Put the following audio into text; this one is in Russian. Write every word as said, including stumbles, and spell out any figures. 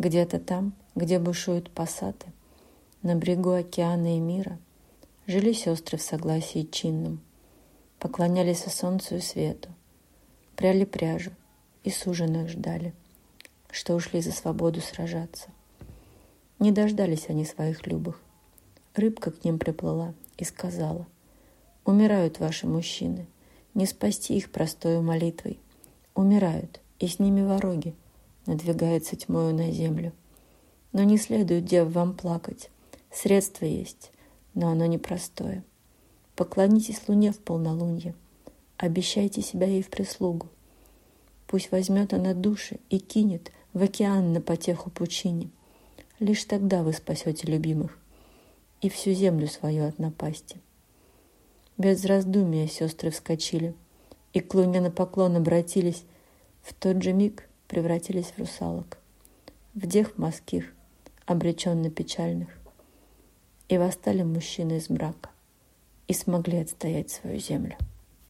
Где-то там, где бушуют пассаты, на берегу океана и мира, жили сестры в согласии чинном, поклонялись солнцу и свету, пряли пряжу и суженых ждали, что ушли за свободу сражаться. Не дождались они своих любых. Рыбка к ним приплыла и сказала: «Умирают ваши мужчины, не спасти их простою молитвой. Умирают, и с ними вороги, надвигаются тьмою на землю. Но не следует, дев, вам плакать. Средство есть, но оно непростое. Поклонитесь луне в полнолуние, обещайте себя ей в прислугу. Пусть возьмет она души и кинет в океан на потеху пучине. Лишь тогда вы спасете любимых и всю землю свою от напасти». Без раздумия сестры вскочили и к луне на поклон обратились, в тот же миг превратились в русалок, в дев морских, обреченно печальных, и восстали мужчины из мрака и смогли отстоять свою землю.